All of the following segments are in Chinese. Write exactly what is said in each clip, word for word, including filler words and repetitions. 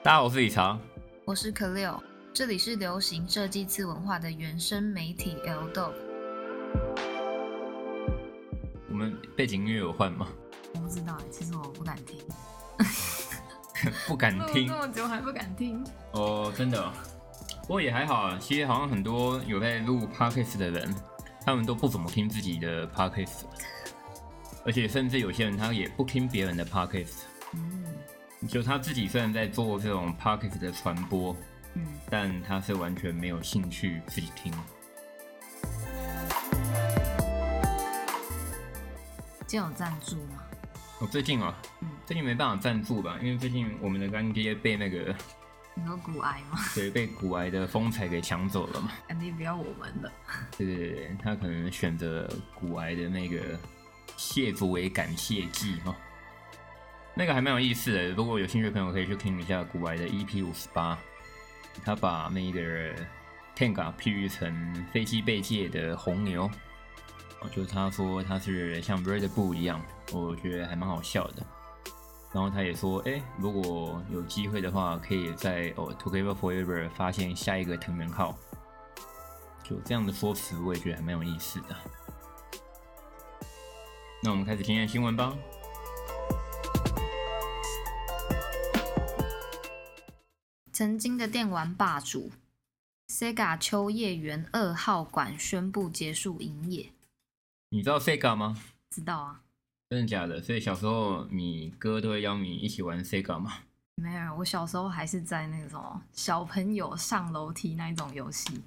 大家好，我是理查， 我是可六，这里是流行设计次文化的原生媒体 L Dog。 我们背景音乐有换吗？ 我不知道，其实我不敢听。 不敢听， 录这么久还不敢听。 哦，真的，不过也还好啊。其实好像很多有在录 podcast 的人，他们都不怎么听自己的 podcast， 而且甚至有些人他也不听别人的 podcast。嗯，就他自己虽然在做这种 podcast 的传播，嗯，但他是完全没有兴趣自己听。 今天有赞助吗？ 我、哦、最近啊，嗯，最近没办法赞助吧，因为最近我们的干爹被那个， 你说骨癌吗？ 对，被骨癌的风采给抢走了嘛。 干爹不要我们的。 对对对，他可能选择骨癌的那个谢作为感谢祭哈，那个还蛮有意思的。如果有兴趣的朋友可以去听一下骨癌的 E P 五十八，他把那个 Tenga 譬喻成飞机背界的红牛。就是他说他是像 Red Bull 一样，我觉得还蛮好笑的。然后他也说，哎、欸，如果有机会的话，可以在哦 Together Forever 发现下一个藤原浩。就这样的说辞，我也觉得还蛮有意思的。那我们开始今天的新闻吧。 曾经的电玩霸主 Sega 秋叶原二号馆宣布结束营业。 你知道 Sega 吗？ 知道啊。 真的假的？所以小时候你哥都会邀你一起玩 Sega 吗？ 没有，我小时候还是在那个什么小朋友上楼梯那一种游戏。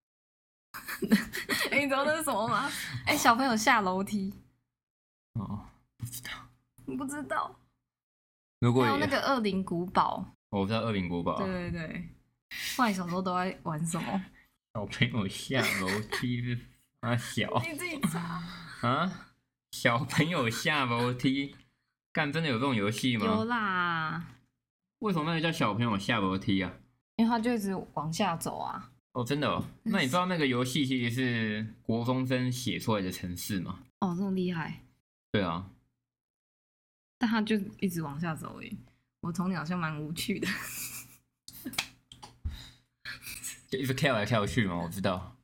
哎、欸，你知道那是什么吗？哎、欸，小朋友下楼梯。 哦，不知道。 你不知道？ 如果还有那个恶灵古堡。 我知道恶灵古堡。 对对对。不然你小时候都在玩什么？ 小朋友下楼梯是啊小。 你自己查。 啊？小朋友下楼梯，干真的有这种游戏吗？ 有啦。 为什么那个叫小朋友下楼梯啊？ 因为他就一直往下走啊。 哦，真的哦？那你知道那个游戏其实是国中生写出来的程式吗？ 哦，这么厉害。 对啊。 但他就一直往下走诶。我童年好像蛮无趣的。 就一直跳来跳去嘛，我知道。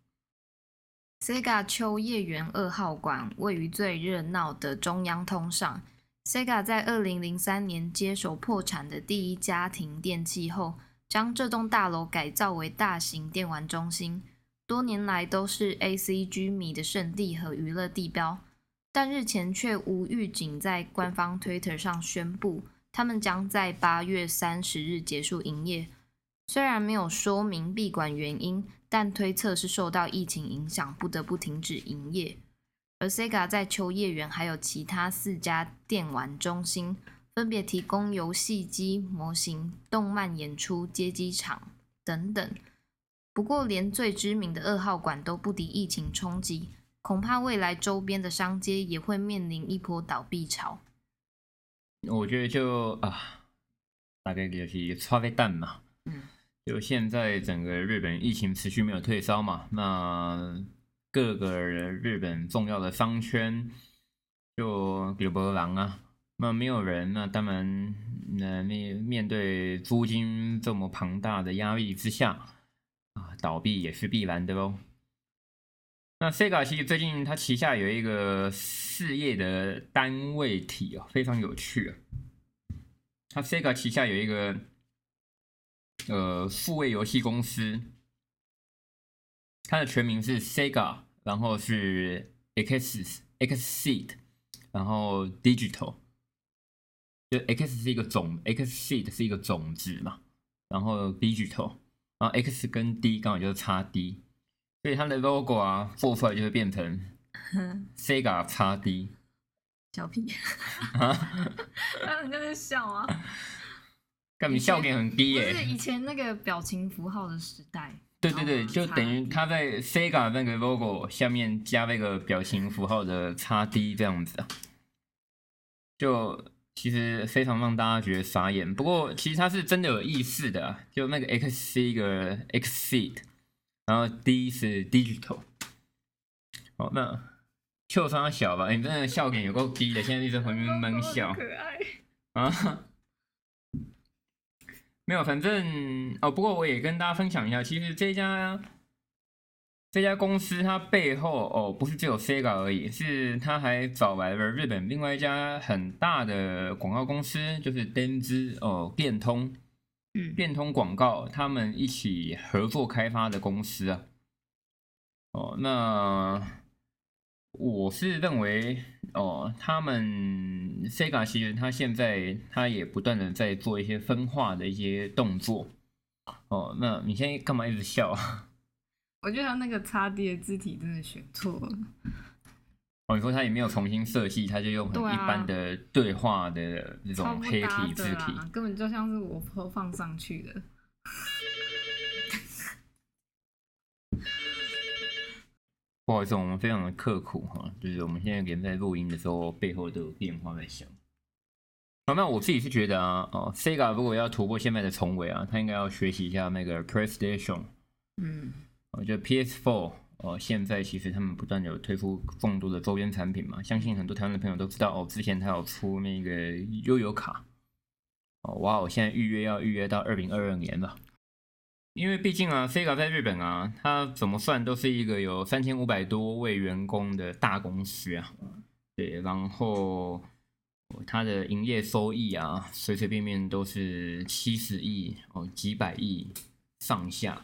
Sega 秋叶原二号馆位于最热闹的中央通上。Sega 在二零零三年接手破产的第一家庭电器后，将这栋大楼改造为大型电玩中心，多年来都是 A C G 迷的圣地和娱乐地标。但日前却无预警在官方 Twitter 上宣布，他们将在八月三十日结束营业。虽然没有说明闭馆原因，但推测是受到疫情影响，不得不停止营业。而 Sega 在秋叶原还有其他四家电玩中心，分别提供游戏机、模型、动漫演出、街机场等等。不过，连最知名的二号馆都不敌疫情冲击，恐怕未来周边的商街也会面临一波倒闭潮。 我觉得就啊，大概就是差别淡嘛。嗯。就现在整个日本疫情持续没有退烧嘛，那各个日本重要的商圈就比如博朗啊，那没有人，那当然，那面面对租金这么庞大的压力之下啊，倒闭也是必然的喽。那 Sega 其实最近它旗下有一个事业的单位体啊，非常有趣啊。它 Sega 旗下有一个。呃，数位游戏公司，它的全名是 Sega， 然后是 X Xseed， 然后 Digital， 就 X 是一个种 ，Xseed 是一个种子嘛，然后 Digital， 然后 X 跟 D 刚好就是叉 D， 所以它的 logo 啊做出来就会变成 Sega 叉 D。 小屁啊！那人家在笑啊。 干你笑点很低耶、欸！ 不是以前那个表情符号的时代。 对对对，就等于他在 Sega 那个 logo 下面加那个表情符号的 X D 这样子啊，就其实非常让大家觉得傻眼。不过其实它是真的有意思的、啊，就那个 X 是一个 Xseed， 然后 D 是 Digital。好，那 Q 三小吧，你真的笑点有够低的，现在一直旁边闷笑。 可爱啊！ 没有，反正哦，不过我也跟大家分享一下，其实这家这家公司它背后哦，不是只有 Sega 而已，是它还找来了日本另外一家很大的广告公司，就是电资哦，电通， 嗯， 电通广告，他们一起合作开发的公司啊。哦，那我是认为哦，他们 Sega 其实他现在他也不断的在做一些分化的一些动作。哦，那你现在干嘛一直笑啊？ 我觉得他那个叉 D 的字体真的选错了。 哦，你说他也没有重新设计，他就用很一般的对话的这种黑体字体， 啊、根本就像是我放上去的。 不好意思，我们非常的刻苦哈，就是我们现在连在录音的时候，背后都有电话在响。好，那我自己是觉得啊，哦 ，Sega 如果要突破现在的重围啊，他应该要学习一下那个 PlayStation。 嗯， 我觉得 P S 四 哦，现在其实他们不断有推出众多的周边产品嘛，相信很多台湾的朋友都知道哦，之前他有出那个悠游卡。哦，哇，我现在预约要预约到二零二二年了。因为毕竟啊 ，Sega 在日本啊，它怎么算都是一个有三千五百多位员工的大公司啊。对，然后它的营业收益啊，随随便便都是七十亿哦，几百亿上下。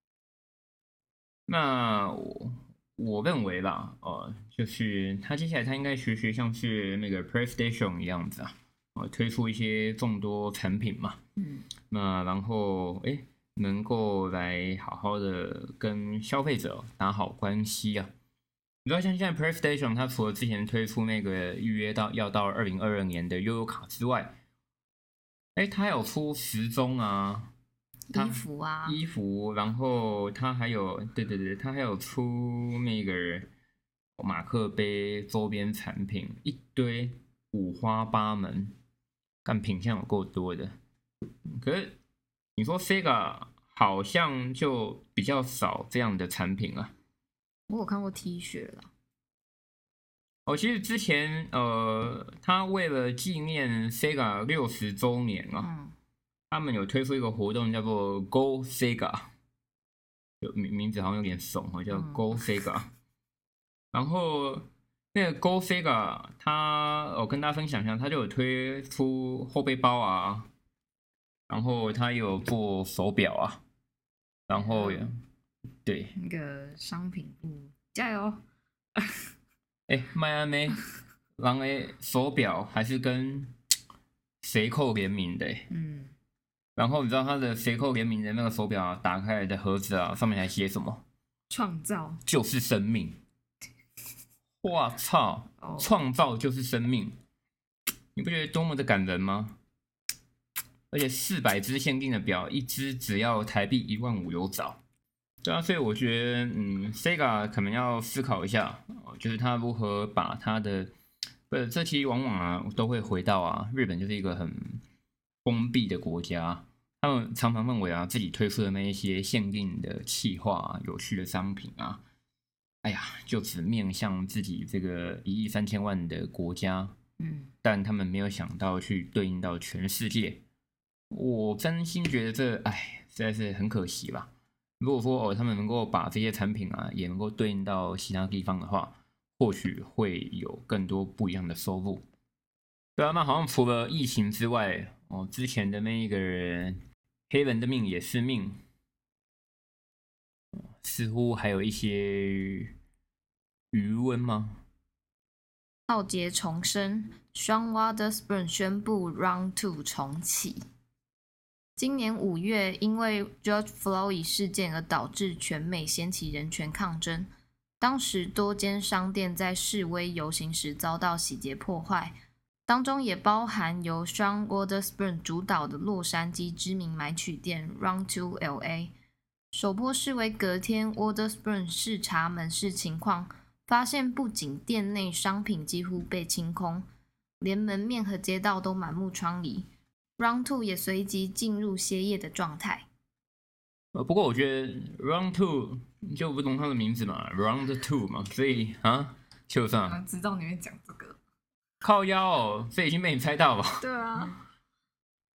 那我我认为啦，呃，就是它接下来它应该学学像是那个 PlayStation 一样子啊，呃，推出一些众多产品嘛。 嗯。 那然后哎。诶能够来好好的跟消费者打好关系啊！你知道，像现在 PlayStation 它除了之前推出那个预约到要到二零二二年的悠游卡之外，哎，它有出时钟啊， 衣服啊， 衣服，然后它还有，对对对，它还有出那个马克杯周边产品，一堆五花八门，但品相有够多的，可是。你说 Sega 好像就比较少这样的产品啊。 我有看过 T 恤啦。 哦，其实之前呃，他为了纪念 Sega 六十周年啊，嗯、他们有推出一个活动叫做 Go Sega， 名名字好像有点怂哦，叫 Go Sega。嗯、然后那个 Go Sega， 它我跟大家分享一下，它就有推出后背包啊。然后他有做手表啊，然后、嗯、对那个商品部加油！ 哎，迈阿密，然后手表还是跟谁扣联名的，嗯，然后你知道他的谁扣联名的那个手表、啊、打开来的盒子啊，上面还写什么？ 创造就是生命。哇操！创造就是生命，你不觉得多么的感人吗？而且四百只限定的表，一只只要台币一万五有找。对啊，所以我觉得，嗯 ，Sega 可能要思考一下，就是他如何把他的，呃，这期往往啊都会回到啊，日本就是一个很封闭的国家，他们常常认为啊自己推出的那一些限定的企划、啊、有趣的商品啊，哎呀，就只面向自己这个一亿三千万的国家，嗯，但他们没有想到去对应到全世界。我真心觉得这，哎，实在是很可惜吧。如果说哦，他们能够把这些产品啊，也能够对应到其他地方的话，或许会有更多不一样的收入。对啊，那好像除了疫情之外，哦，之前的那一个人，黑人的命也是命，似乎还有一些余温吗？ 浩劫重生 ，Sean Wotherspoon 宣布 Round Two 重启。今年五月，因为 George Floyd 事件而导致全美掀起人权抗争。当时多间商店在示威游行时遭到洗劫破坏，当中也包含由 Sean Wotherspoon 主导的洛杉矶知名买曲店 Round Two L A。首波示威隔天 ，Wotherspoon 视察门市情况，发现不仅店内商品几乎被清空，连门面和街道都满目疮痍。Round Two 也随即进入歇业的状态。 呃，不过我觉得 Round Two 就不懂它的名字嘛 ，Round Two 嘛，所以啊，就算知道你会讲这个， 靠腰哦，这已经被你猜到了。 对啊，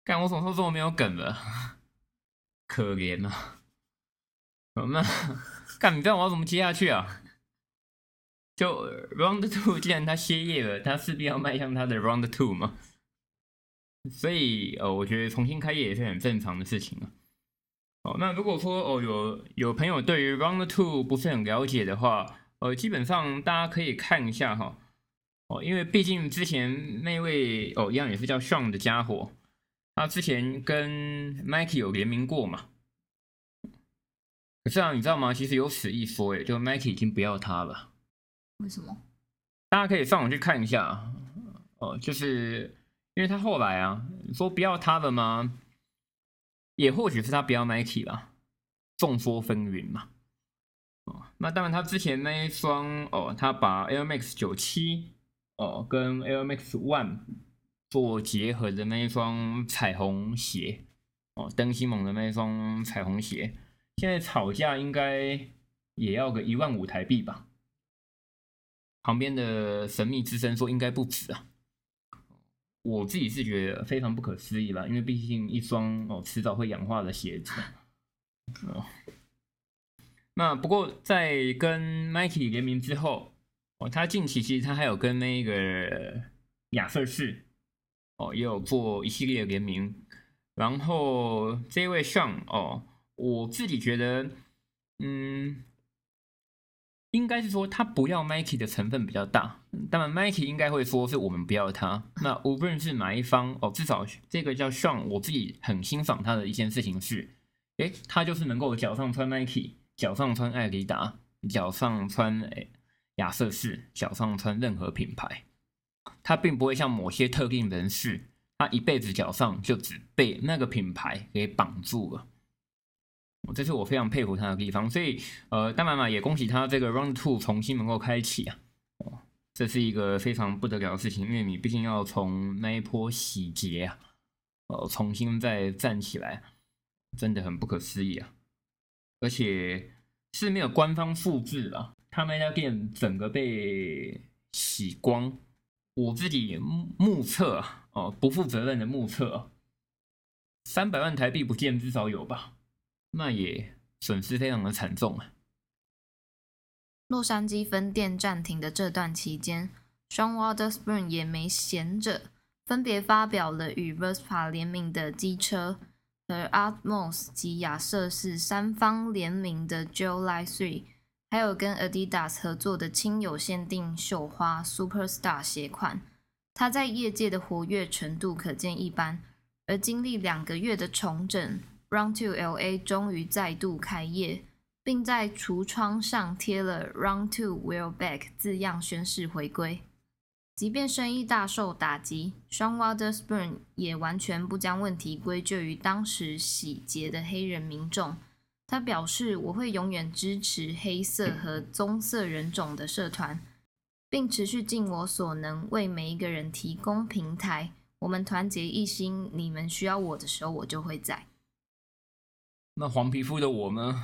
干我什么时候这么没有梗了？可怜啊！那干你这样我要怎么接下去啊？就 Round Two， 既然他歇业了，他势必要迈向他的 Round Two 嘛。所以呃，我觉得重新开业也是很正常的事情啊。哦，那如果说哦有有朋友对于 Round Two 不是很了解的话，呃，基本上大家可以看一下哈。哦，因为毕竟之前那位哦一样也是叫 Sean 的家伙，他之前跟 Mikey 有联名过嘛。可是啊，你知道吗？其实有此一说，哎，就 Mikey 已经不要他了。 为什么？ 大家可以上网去看一下，哦，就是因为他后来啊说不要他了吗？也或许是他不要 Nike 吧，众说纷纭嘛。哦，那当然他之前那一双哦，他把 Air Max 九七哦跟 Air Max One 做结合的那一双彩虹鞋哦，登西蒙的那一双彩虹鞋，现在炒价应该也要个一万五台币吧。旁边的神秘之声说应该不止啊，我自己是觉得非常不可思议啦，因为毕竟一双哦迟早会氧化的鞋子。哦，那不过在跟 Nike 联名之后，哦，他近期其实他还有跟那个亚瑟士哦也有做一系列的联名，然后这位 Sean 哦，我自己觉得，嗯。应该是说他不要 Nike 的成分比较大，当然 Nike 应该会说是我们不要他。那无论是哪一方哦，至少这个叫 Sean， 我自己很欣赏他的一件事情是，诶，他就是能够脚上穿 Nike， 脚上穿艾迪达，脚上穿诶亚瑟士，脚上穿任何品牌，他并不会像某些特定人士，他一辈子脚上就只被那个品牌给绑住了。这是我非常佩服他的地方，所以呃，当然嘛，也恭喜他这个 Round Two 重新能够开启啊，哦，这是一个非常不得了的事情，因为你毕竟要从那一波洗劫啊，呃，重新再站起来，真的很不可思议啊，而且是没有官方复制了，他们那家店整个被洗光，我自己目测啊，哦，不负责任的目测啊，三百万台币不见至少有吧。那也损失非常的惨重啊！ 洛杉矶分店暂停的这段期间 ，Sean Wotherspoon 也没闲着，分别发表了与 Vespa 联名的机车和 Atmos 及亚瑟士三方联名的 July Three， 还有跟 Adidas 合作的亲友限定绣花 Superstar 鞋款。他在业界的活跃程度可见一斑，而经历两个月的重整。Round Two L A 终于再度开业，并在橱窗上贴了 Round Two We're Back 字样宣示回归。即便生意大受打击 ，Sean Wotherspoon 也完全不将问题归咎于当时洗劫的黑人民众。他表示：“我会永远支持黑色和棕色人种的社团，并持续尽我所能为每一个人提供平台。我们团结一心，你们需要我的时候，我就会在。” 那黄皮肤的我呢？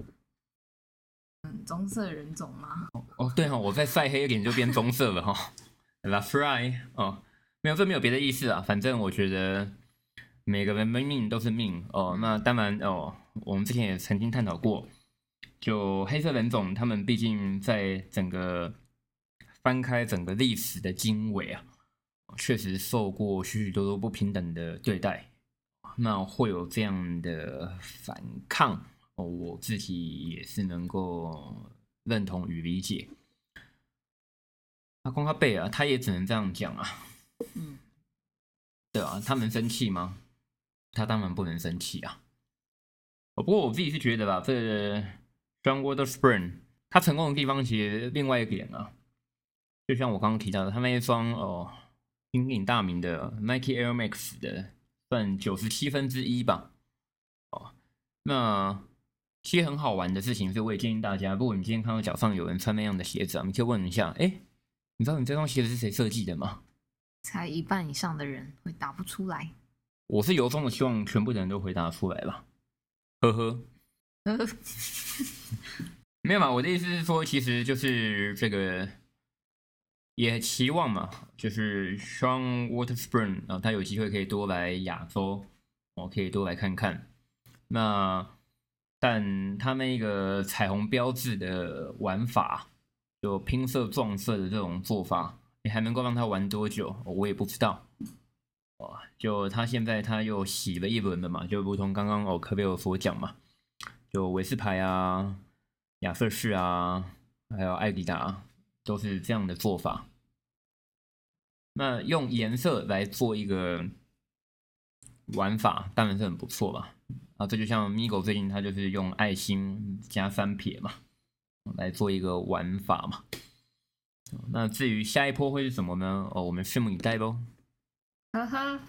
嗯，棕色人种吗？ 哦，对哈、哦，我再晒黑一点就变棕色了哈、哦。La Fry 哦，没有，这没有别的意思啊。反正我觉得每个人的命都是命哦。那当然哦，我们之前也曾经探讨过，就黑色人种，他们毕竟在整个翻开整个历史的经纬啊，确实受过许许多多不平等的对待。那会有这样的反抗哦，我自己也是能够认同与理解。那光他贝啊，他也只能这样讲啊。嗯，对啊，他能生气吗？他当然不能生气啊。不过我自己是觉得吧，这个 Sean Wotherspoon 他成功的地方其实另外一点啊，就像我刚刚提到的，他那一双哦鼎鼎大名的 Nike Air Max 的。算九十七分之一吧，哦，那其实很好玩的事情是，我也建议大家，如果你今天看到脚上有人穿那样的鞋子啊，你可以问一下，哎，你知道你这双鞋子是谁设计的吗？ 才一半以上的人会答不出来。 我是由衷的希望全部的人都回答出来吧，呵呵。没有嘛，我的意思是说，其实就是这个。也期望嘛，就是 Sean Wotherspoon 啊，他有机会可以多来亚洲哦，可以多来看看。那但他们一个彩虹标志的玩法，就拼色撞色的这种做法，你还能够让他玩多久？哦、我也不知道。哦，就他现在他又洗了一轮了嘛，就如同刚刚哦科贝尔所讲嘛，就韦斯牌啊、亚瑟士啊，还有艾迪达都是这样的做法。那用颜色来做一个玩法，当然是很不错吧。啊，这就像 Migo 最近他就是用爱心加三撇嘛，来做一个玩法嘛。那至于下一波会是什么呢？哦，我们拭目以待喽。 呵呵，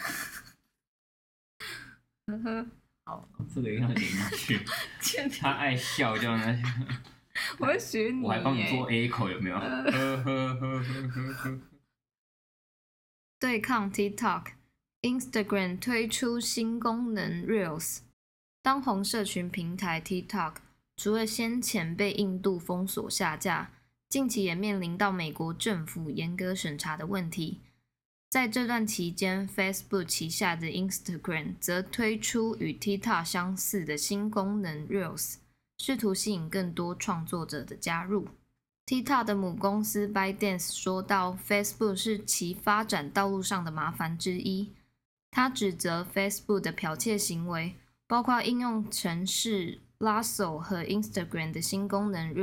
呵呵，好， 这个一定要连进去。他爱笑就那。 我会学你， 我还帮你做 A 口，有没有？呵呵呵呵呵呵。 对抗 TikTok。Instagram 推出新功能 Reels。当红社群平台 TikTok 除了先前被印度封锁下架，近期也面临到美国政府严格审查的问题。在这段期间 ，Facebook 旗下的 Instagram 则推出与 TikTok 相似的新功能 Reels， 试图吸引更多创作者的加入。TikTok 的母公司 ByteDance 说到 ，Facebook 是其发展道路上的麻烦之一。他指责 Facebook 的剽窃行为，包括应用程式 Lasso 和 Instagram 的新功能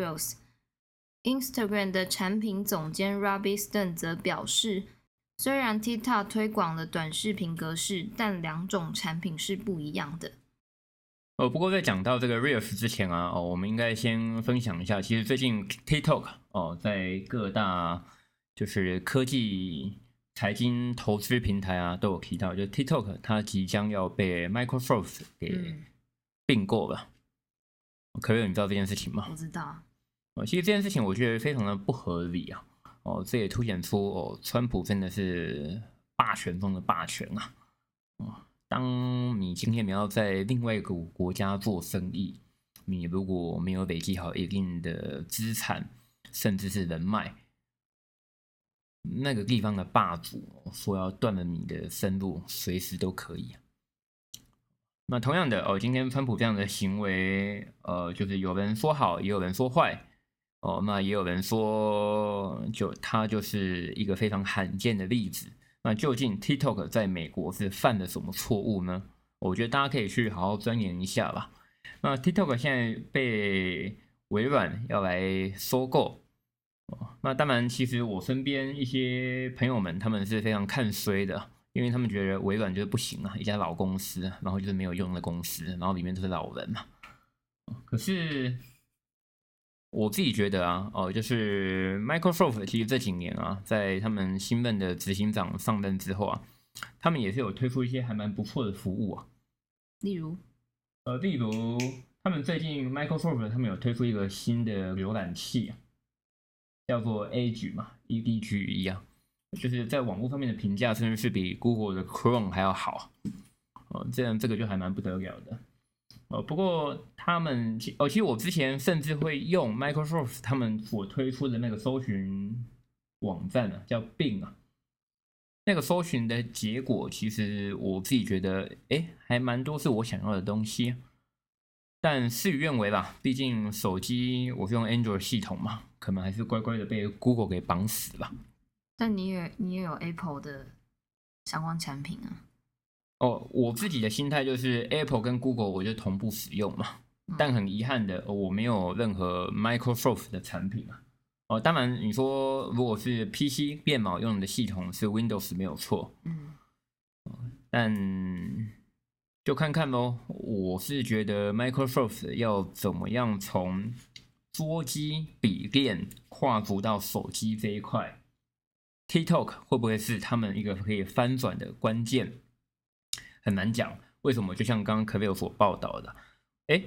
Reels。Instagram 的产品总监 Robbie Stern 则表示，虽然 TikTok 推广了短视频格式，但两种产品是不一样的。 哦，不过在讲到这个 Reels 之前啊，哦，我们应该先分享一下，其实最近 TikTok 哦，在各大就是科技、财经、投资平台啊，都有提到，就 TikTok 它即将要被 Microsoft 给并购了。嗯、可瑞，你知道这件事情吗？ 我知道。 哦，其实这件事情我觉得非常的不合理啊。哦，这也凸显出哦，川普真的是霸权中的霸权啊。哦，当你今天你要在另外一个国家做生意，你如果没有累积好一定的资产，甚至是人脉，那个地方的霸主说要断了你的生路，随时都可以。那同样的哦，今天川普这样的行为，呃，就是有人说好，也有人说坏。哦，那也有人说，就他就是一个非常罕见的例子。那究竟 TikTok 在美国是犯了什么错误呢？我觉得大家可以去好好钻研一下吧。那 TikTok 现在被微软要来收购，哦，那当然，其实我身边一些朋友们他们是非常看衰的，因为他们觉得微软就是不行啊，一家老公司，然后就是没有用的公司，然后里面都是老人嘛。可是我自己觉得啊，哦，就是 Microsoft 其实这几年啊，在他们新任的执行长上任之后啊，他们也是有推出一些还蛮不错的服务啊。 例如， 呃，例如他们最近 Microsoft 他们有推出一个新的浏览器啊，叫做 Edge 嘛 ，E D G E 啊，就是在网络上面的评价甚至是比 Google 的 Chrome 还要好。哦，这样这个就还蛮不得了的。哦，不过他们哦，其实我之前甚至会用 Microsoft 他们所推出的那个搜寻网站啊，叫 Bing 啊。那个搜寻的结果，其实我自己觉得，哎，还蛮多是我想要的东西。但事与愿违吧，毕竟手机我是用 Android 系统嘛，可能还是乖乖的被 Google 给绑死了。 但你也你也有 Apple 的相关产品啊。 哦，我自己的心态就是 Apple 跟 Google 我就同步使用嘛，嗯、但很遗憾的，我没有任何 Microsoft 的产品啊。哦，当然你说如果是 P C 电脑用的系统是 Windows 没有错，嗯，但就看看咯。我是觉得 Microsoft 要怎么样从桌机、笔电跨足到手机这一块 ，TikTok 会不会是他们一个可以翻转的关键？很难讲，为什么？就像刚刚 Kavil 所报道的，哎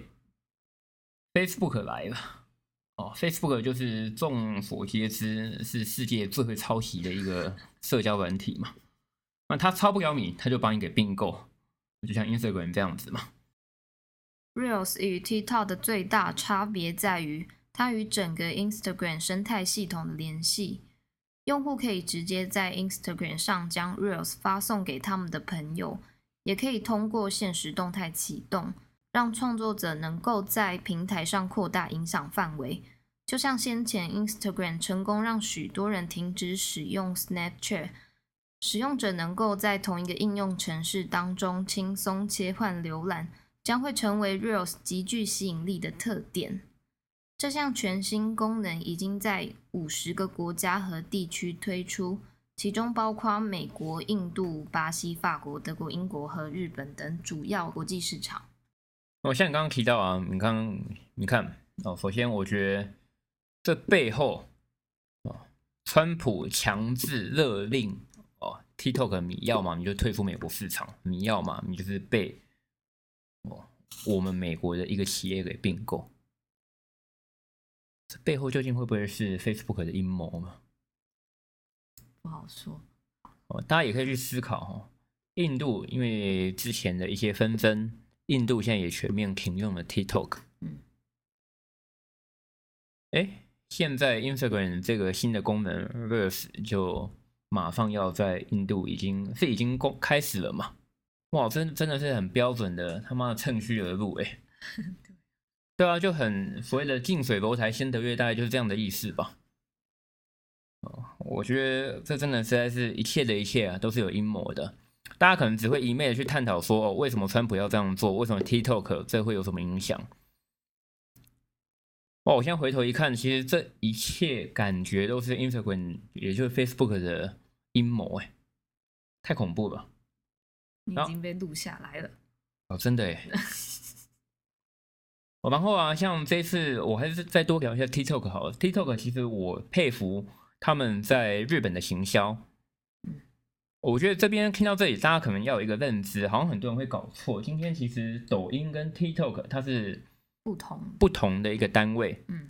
，Facebook 来了哦 ，Facebook 就是众所皆知是世界最会抄袭的一个社交软体嘛。那他抄不了你，他就把你给并购，就像 Instagram 这样子嘛。 Reels 与 TikTok 的最大差别在于，它与整个 Instagram 生态系统的联系。用户可以直接在 Instagram 上将 Reels 发送给他们的朋友， 也可以通过限时动态启动，让创作者能够在平台上扩大影响范围。就像先前 Instagram 成功让许多人停止使用 Snapchat， 使用者能够在同一个应用程式当中轻松切换浏览，将会成为 Reels 极具吸引力的特点。这项全新功能已经在五十个国家和地区推出，其中包括美国、印度、巴西、法国、德国、英国和日本等主要国际市场。 哦，像你刚刚提到啊，你刚刚你看哦，首先我觉得这背后哦，川普强制勒令哦 ，TikTok 你要嘛你就退出美国市场，你要嘛你就是被哦我们美国的一个企业给并购。这背后究竟会不会是 Facebook 的阴谋呢？ 不好说。 哦，大家也可以去思考哦。印度因为之前的一些纷争，印度现在也全面停用了 TikTok。嗯。哎，现在 Instagram 这个新的功能 Reels 就马上要在印度已经是已经公开始了嘛？哇，真真的是很标准的他妈的趁虚而入哎。对啊，就很所谓的近水楼台先得月，大概就是这样的意思吧。哦，我觉得这真的实在是一切的一切啊，都是有阴谋的。大家可能只会一昧的去探讨说，哦，为什么川普要这样做？为什么 TikTok 这会有什么影响？哇，我现在回头一看，其实这一切感觉都是 Instagram， 也就是 Facebook 的阴谋，哎，太恐怖了。 你已经被录下来了。 哦，真的哎。然后啊，像这次我还是再多聊一下 TikTok 好了。TikTok 其实我佩服他们在日本的行销。我觉得这边听到这里，大家可能要有一个认知，好像很多人会搞错。今天其实抖音跟 TikTok 它是不同不同的一个单位。嗯。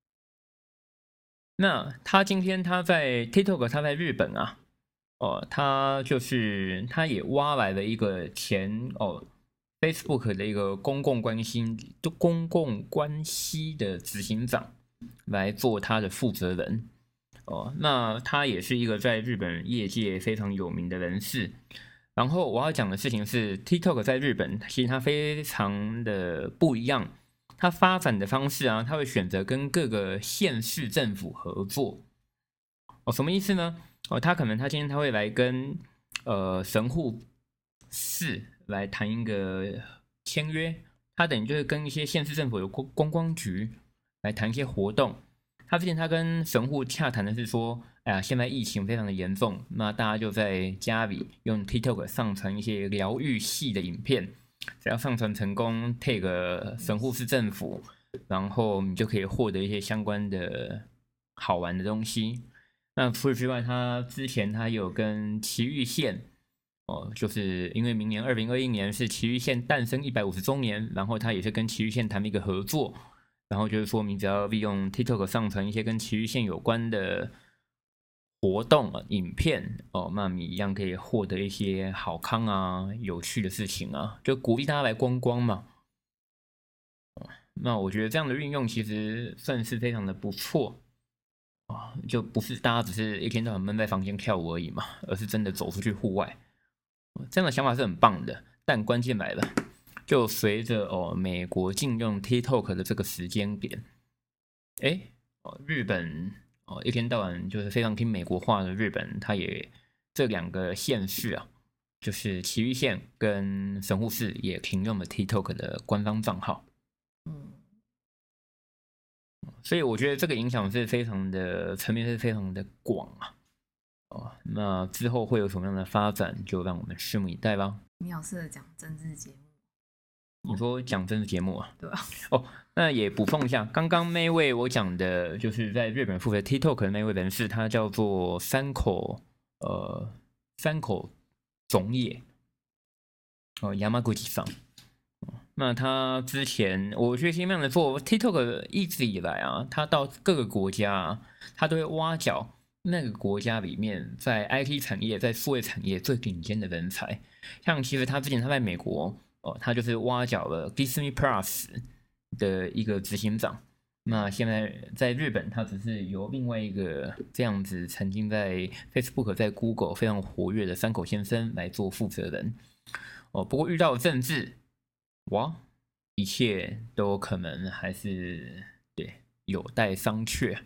那他今天他在 TikTok 他在日本啊，哦，他就是他也挖来了一个前哦。Facebook 的一个公共关系、公共关系的执行长来做他的负责人哦，那他也是一个在日本业界非常有名的人士。然后我要讲的事情是 ，TikTok 在日本其实它非常的不一样，它发展的方式啊，它会选择跟各个县市政府合作。哦，什么意思呢？哦，他可能他今天他会来跟呃神户市来谈一个签约，他等于就是跟一些县市政府有观光局来谈一些活动。他之前他跟神户洽谈的是说，哎呀，现在疫情非常的严重，那大家就在家里用 TikTok 上传一些疗愈系的影片，只要上传成功 ，tag 神户市政府，然后你就可以获得一些相关的好玩的东西。那除此之外，他之前他有跟埼玉县。哦，就是因为明年二零二一年是埼玉县诞生一百五十周年，然后他也是跟埼玉县谈了一个合作，然后就是说明只要利用 TikTok 上传一些跟埼玉县有关的活动、啊、影片哦，那你一样可以获得一些好康啊、有趣的事情啊，就鼓励大家来观光嘛。哦、那我觉得这样的运用其实算是非常的不错啊、哦，就不是大家只是一天到晚闷在房间跳舞而已嘛，而是真的走出去户外。这样的想法是很棒的，但关键来了，就随着哦美国禁用 TikTok 的这个时间点，哎，哦日本哦一天到晚就是非常听美国话的日本，它也这两个县市啊，就是埼玉县跟神户市也停用了 TikTok 的官方账号。嗯，所以我觉得这个影响是非常的层面是非常的广啊。哦，那之后会有什么样的发展，就让我们拭目以待吧。 你好适合讲政治节目。 你说讲政治节目啊？ 对啊。 哦，那也补充一下，刚刚那位我讲的，就是在日本负责 TikTok 的那位人士，他叫做山口呃山口总野哦，Yamaguchi桑。那他之前，我觉得新样的做 TikTok 一直以来啊，他到各个国家、啊，他都会挖角。那个国家里面，在 I T 产业、在数位产业最顶尖的人才，像其实他之前他在美国哦，他就是挖角了 Disney Plus 的一个执行长。那现在在日本，他只是由另外一个这样子曾经在 Facebook、在 Google 非常活跃的山口先生来做负责人。 哦，不过遇到政治，哇，一切都可能还是对有待商榷。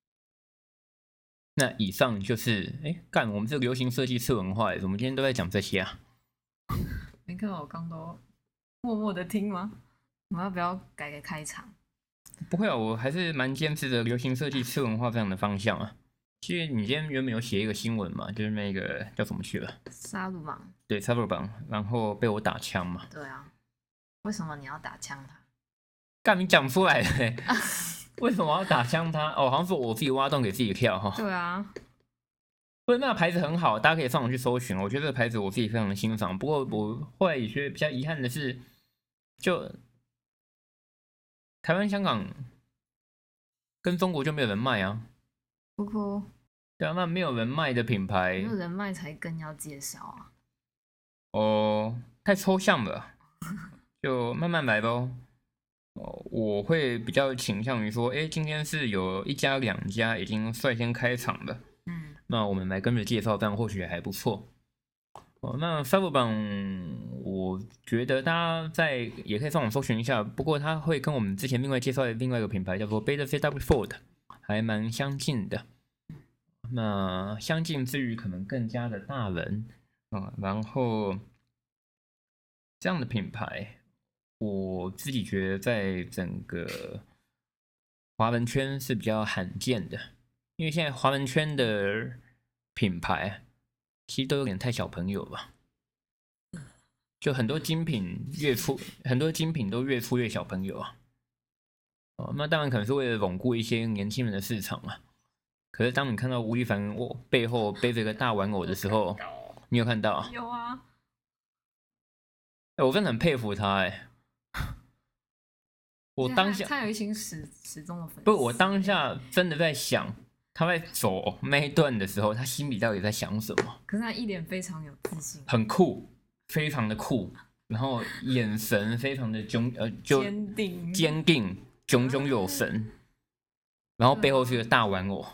那以上就是哎，干我们这个流行设计次文化，我们今天都在讲这些啊。 没看到我刚都默默的听吗？我们要不要改个开场？ 不会啊，我还是蛮坚持的流行设计次文化这样的方向啊。其实你今天原本有写一个新闻嘛，就是那个叫什么去了？ 杀戮榜。 对，杀戮榜，然后被我打枪嘛。 对啊，为什么你要打枪他？ 干，你讲出来了、欸，为什么要打枪他？哦，好像是我自己挖洞给自己跳哈。 对啊， 不是那个牌子很好，大家可以上网去搜寻。我觉得这个牌子我自己非常的欣赏。不过我后来也觉得比较遗憾的是，就台湾、香港跟中国就没有人卖啊。 不过， 对啊，那没有人卖的品牌， 没有人卖才更要介绍啊。 哦，太抽象了，就慢慢来咯。哦，我会比较倾向于说，哎，今天是有一家、两家已经率先开场的， 嗯， 那我们来跟着介绍，这样或许还不错。哦，那 Cyberpunk 我觉得大家在也可以上网搜寻一下，不过它会跟我们之前另外介绍的另外一个品牌叫做 Beta C W Ford 还蛮相近的。那相近之余，可能更加的大人啊、嗯，然后这样的品牌，我自己觉得在整个华人圈是比较罕见的，因为现在华人圈的品牌其实都有点太小朋友吧，就很多精品越出，很多精品都越出越小朋友啊。哦，那当然可能是为了巩固一些年轻人的市场啊。可是当你看到吴亦凡我背后背着一个大玩偶的时候，你有看到？ 有啊。 欸、我真的很佩服他哎、欸。我当下他有一群始始终的粉丝。 不，我当下真的在想，他在走那一段的时候，他心里到底在想什么？ 可是他一脸非常有自信， 很酷，非常的酷，然后眼神非常的炯呃就坚定坚定，炯炯有神，然后背后是一个大玩偶。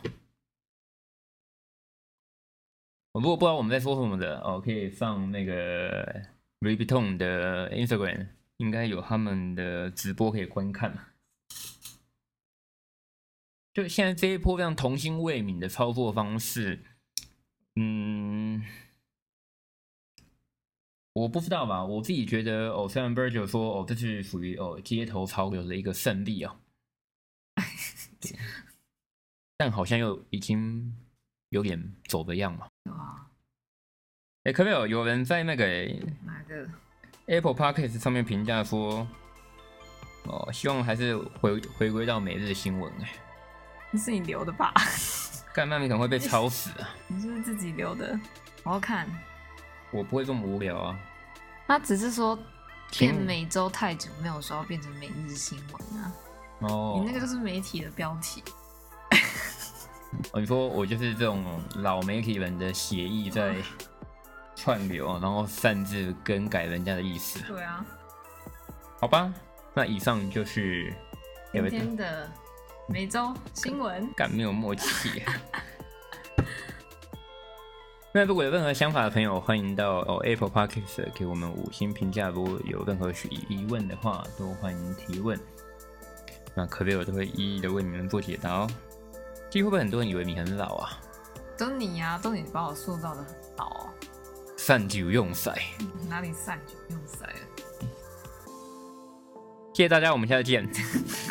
我如果不知道我们在说什么的哦，可以上那个 Louis Vuitton 的 Instagram， 应该有他们的直播可以观看。就现在这一波这样童心未泯的操作方式，嗯，我不知道吧。我自己觉得哦，虽然 Virgil 说哦，这是属于哦街头潮流的一个胜利哦，但好像又已经有点走的样嘛。 哇！ 哎，可不可以有人在那个哪个 Apple Podcast 上面评价说，哦，希望还是回回归到每日新闻哎。 那是你留的吧？ 干那你可能会被抄死啊！ 你是不是自己留的？我要看。 我不会这么无聊啊。 他只是说变每周太久，没有说要变成每日新闻啊。 哦， 你那个就是媒体的标题。 哦，你说我就是这种老媒体人的协议在串流，然后擅自更改人家的意思。 对啊。 好吧，那以上就是今天的每周新闻。 干没有默契。那如果有任何想法的朋友，欢迎到哦 Apple Podcast 给我们五星评价。如果有任何疑问的话，都欢迎提问。那可贝尔都会一一的为你们做解答哦。其实会不会很多人以为你很老啊？ 都你啊，都你把我塑造的很老哦。 散酒用塞， 哪里散酒用塞了？ 谢谢大家，我们下次见。